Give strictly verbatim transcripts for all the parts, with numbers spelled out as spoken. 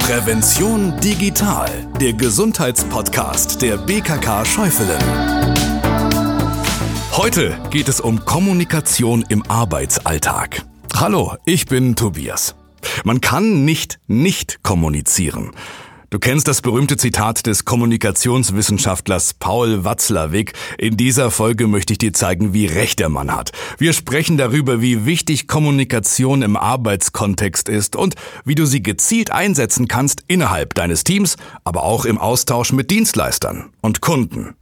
Prävention digital, der Gesundheitspodcast der B K K Scheufelen. Heute geht es um Kommunikation im Arbeitsalltag. Hallo, ich bin Tobias. Man kann nicht nicht kommunizieren. Du kennst das berühmte Zitat des Kommunikationswissenschaftlers Paul Watzlawick. In dieser Folge möchte ich dir zeigen, wie recht der Mann hat. Wir sprechen darüber, wie wichtig Kommunikation im Arbeitskontext ist und wie du sie gezielt einsetzen kannst innerhalb deines Teams, aber auch im Austausch mit Dienstleistern und Kunden.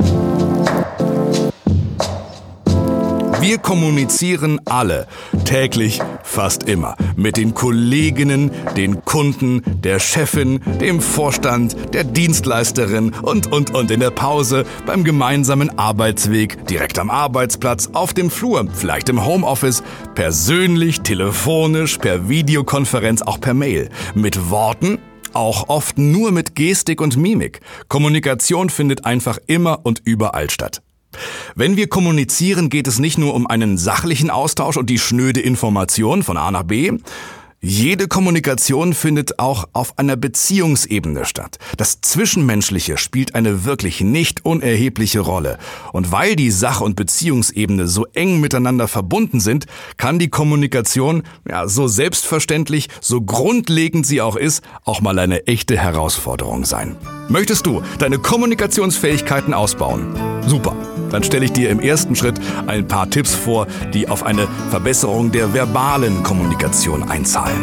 Wir kommunizieren alle, täglich, fast immer, mit den Kolleginnen, den Kunden, der Chefin, dem Vorstand, der Dienstleisterin und, und, und in der Pause, beim gemeinsamen Arbeitsweg, direkt am Arbeitsplatz, auf dem Flur, vielleicht im Homeoffice, persönlich, telefonisch, per Videokonferenz, auch per Mail, mit Worten, auch oft nur mit Gestik und Mimik. Kommunikation findet einfach immer und überall statt. Wenn wir kommunizieren, geht es nicht nur um einen sachlichen Austausch und die schnöde Information von A nach B. Jede Kommunikation findet auch auf einer Beziehungsebene statt. Das Zwischenmenschliche spielt eine wirklich nicht unerhebliche Rolle. Und weil die Sach- und Beziehungsebene so eng miteinander verbunden sind, kann die Kommunikation, ja, so selbstverständlich, so grundlegend sie auch ist, auch mal eine echte Herausforderung sein. Möchtest du deine Kommunikationsfähigkeiten ausbauen? Super. Dann stelle ich dir im ersten Schritt ein paar Tipps vor, die auf eine Verbesserung der verbalen Kommunikation einzahlen.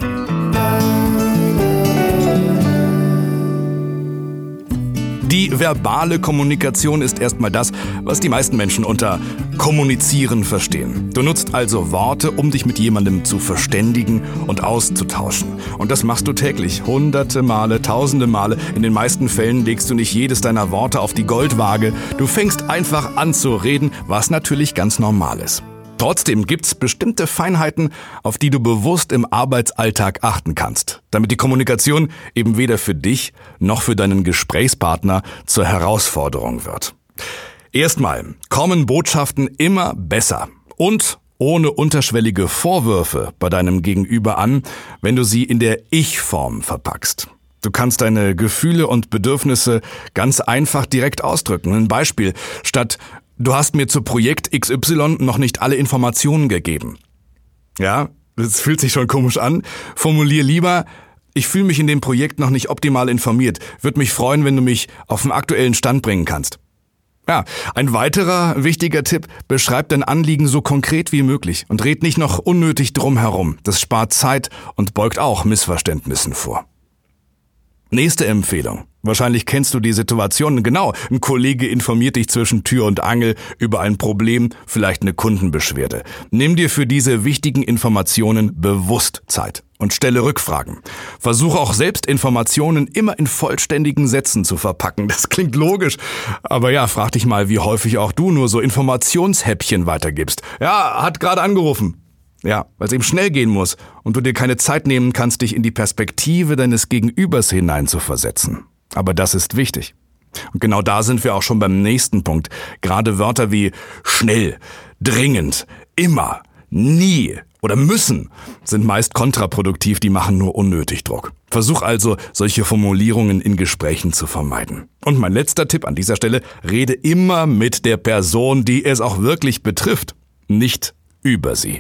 Die verbale Kommunikation ist erstmal das, was die meisten Menschen unter Kommunizieren verstehen. Du nutzt also Worte, um dich mit jemandem zu verständigen und auszutauschen. Und das machst du täglich, hunderte Male, tausende Male. In den meisten Fällen legst du nicht jedes deiner Worte auf die Goldwaage. Du fängst einfach an zu reden, was natürlich ganz normal ist. Trotzdem gibt's bestimmte Feinheiten, auf die du bewusst im Arbeitsalltag achten kannst, damit die Kommunikation eben weder für dich noch für deinen Gesprächspartner zur Herausforderung wird. Erstmal kommen Botschaften immer besser und ohne unterschwellige Vorwürfe bei deinem Gegenüber an, wenn du sie in der Ich-Form verpackst. Du kannst deine Gefühle und Bedürfnisse ganz einfach direkt ausdrücken. Ein Beispiel: Statt „Du hast mir zu Projekt X Y noch nicht alle Informationen gegeben." Ja, das fühlt sich schon komisch an. Formulier lieber: „Ich fühle mich in dem Projekt noch nicht optimal informiert. Würde mich freuen, wenn du mich auf den aktuellen Stand bringen kannst." Ja, ein weiterer wichtiger Tipp: Beschreib dein Anliegen so konkret wie möglich und red nicht noch unnötig drum herum. Das spart Zeit und beugt auch Missverständnissen vor. Nächste Empfehlung. Wahrscheinlich kennst du die Situation genau. Ein Kollege informiert dich zwischen Tür und Angel über ein Problem, vielleicht eine Kundenbeschwerde. Nimm dir für diese wichtigen Informationen bewusst Zeit und stelle Rückfragen. Versuche auch selbst Informationen immer in vollständigen Sätzen zu verpacken. Das klingt logisch, aber ja, frag dich mal, wie häufig auch du nur so Informationshäppchen weitergibst. Ja, hat gerade angerufen. Ja, weil es eben schnell gehen muss und du dir keine Zeit nehmen kannst, dich in die Perspektive deines Gegenübers hineinzuversetzen. Aber das ist wichtig. Und genau da sind wir auch schon beim nächsten Punkt. Gerade Wörter wie schnell, dringend, immer, nie oder müssen sind meist kontraproduktiv, die machen nur unnötig Druck. Versuch also, solche Formulierungen in Gesprächen zu vermeiden. Und mein letzter Tipp an dieser Stelle: Rede immer mit der Person, die es auch wirklich betrifft, nicht über sie.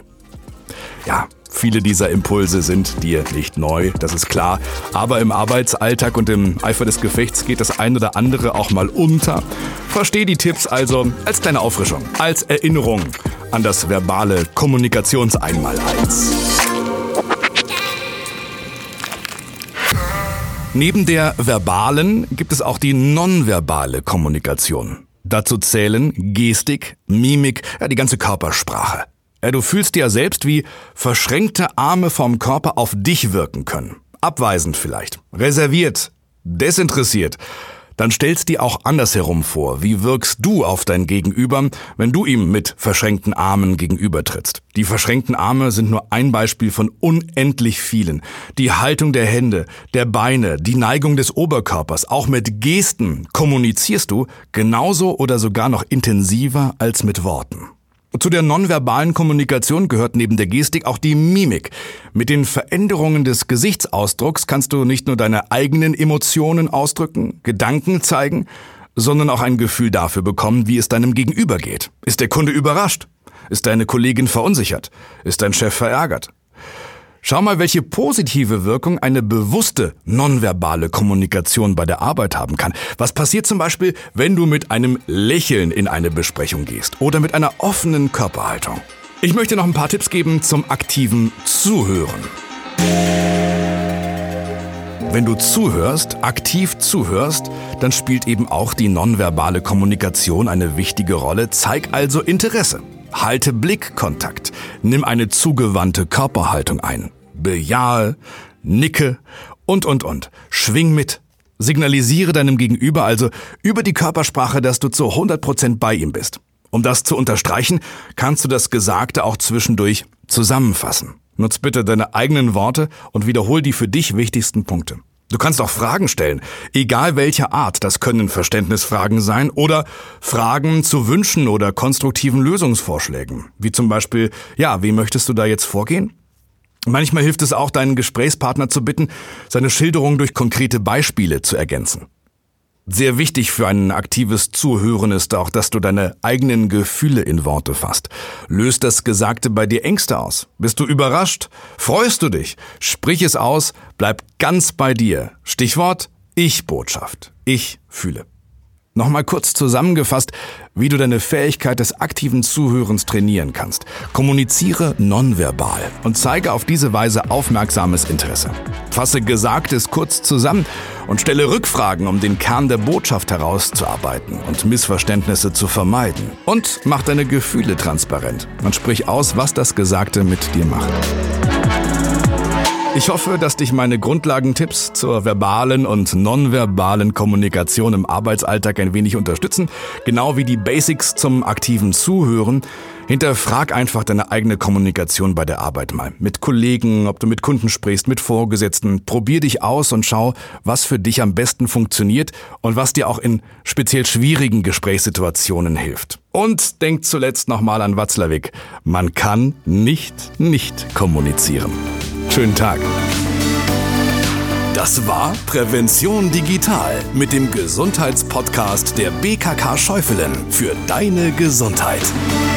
Ja, viele dieser Impulse sind dir nicht neu, das ist klar. Aber im Arbeitsalltag und im Eifer des Gefechts geht das ein oder andere auch mal unter. Versteh die Tipps also als kleine Auffrischung, als Erinnerung an das verbale Kommunikationseinmaleins. Neben der verbalen gibt es auch die nonverbale Kommunikation. Dazu zählen Gestik, Mimik, ja, die ganze Körpersprache. Ja, du fühlst ja selbst, wie verschränkte Arme vom Körper auf dich wirken können. Abweisend vielleicht, reserviert, desinteressiert. Dann stellst dir auch andersherum vor, wie wirkst du auf dein Gegenüber, wenn du ihm mit verschränkten Armen gegenübertrittst. Die verschränkten Arme sind nur ein Beispiel von unendlich vielen. Die Haltung der Hände, der Beine, die Neigung des Oberkörpers, auch mit Gesten kommunizierst du genauso oder sogar noch intensiver als mit Worten. Zu der nonverbalen Kommunikation gehört neben der Gestik auch die Mimik. Mit den Veränderungen des Gesichtsausdrucks kannst du nicht nur deine eigenen Emotionen ausdrücken, Gedanken zeigen, sondern auch ein Gefühl dafür bekommen, wie es deinem Gegenüber geht. Ist der Kunde überrascht? Ist deine Kollegin verunsichert? Ist dein Chef verärgert? Schau mal, welche positive Wirkung eine bewusste nonverbale Kommunikation bei der Arbeit haben kann. Was passiert zum Beispiel, wenn du mit einem Lächeln in eine Besprechung gehst oder mit einer offenen Körperhaltung? Ich möchte noch ein paar Tipps geben zum aktiven Zuhören. Wenn du zuhörst, aktiv zuhörst, dann spielt eben auch die nonverbale Kommunikation eine wichtige Rolle. Zeig also Interesse. Halte Blickkontakt. Nimm eine zugewandte Körperhaltung ein. Bejahe, nicke und, und, und. Schwing mit. Signalisiere deinem Gegenüber also über die Körpersprache, dass du zu hundert Prozent bei ihm bist. Um das zu unterstreichen, kannst du das Gesagte auch zwischendurch zusammenfassen. Nutz bitte deine eigenen Worte und wiederhol die für dich wichtigsten Punkte. Du kannst auch Fragen stellen, egal welcher Art. Das können Verständnisfragen sein oder Fragen zu Wünschen oder konstruktiven Lösungsvorschlägen. Wie zum Beispiel, ja, wie möchtest du da jetzt vorgehen? Manchmal hilft es auch, deinen Gesprächspartner zu bitten, seine Schilderung durch konkrete Beispiele zu ergänzen. Sehr wichtig für ein aktives Zuhören ist auch, dass du deine eigenen Gefühle in Worte fasst. Löst das Gesagte bei dir Ängste aus? Bist du überrascht? Freust du dich? Sprich es aus, bleib ganz bei dir. Stichwort Ich-Botschaft. Ich fühle. Nochmal kurz zusammengefasst, wie du deine Fähigkeit des aktiven Zuhörens trainieren kannst. Kommuniziere nonverbal und zeige auf diese Weise aufmerksames Interesse. Fasse Gesagtes kurz zusammen und stelle Rückfragen, um den Kern der Botschaft herauszuarbeiten und Missverständnisse zu vermeiden. Und mach deine Gefühle transparent und sprich aus, was das Gesagte mit dir macht. Ich hoffe, dass dich meine Grundlagentipps zur verbalen und nonverbalen Kommunikation im Arbeitsalltag ein wenig unterstützen, genau wie die Basics zum aktiven Zuhören. Hinterfrag einfach deine eigene Kommunikation bei der Arbeit mal. Mit Kollegen, ob du mit Kunden sprichst, mit Vorgesetzten. Probier dich aus und schau, was für dich am besten funktioniert und was dir auch in speziell schwierigen Gesprächssituationen hilft. Und denk zuletzt nochmal an Watzlawick. Man kann nicht nicht kommunizieren. Schönen Tag. Das war Prävention Digital mit dem Gesundheitspodcast der B K K Scheufelen für deine Gesundheit.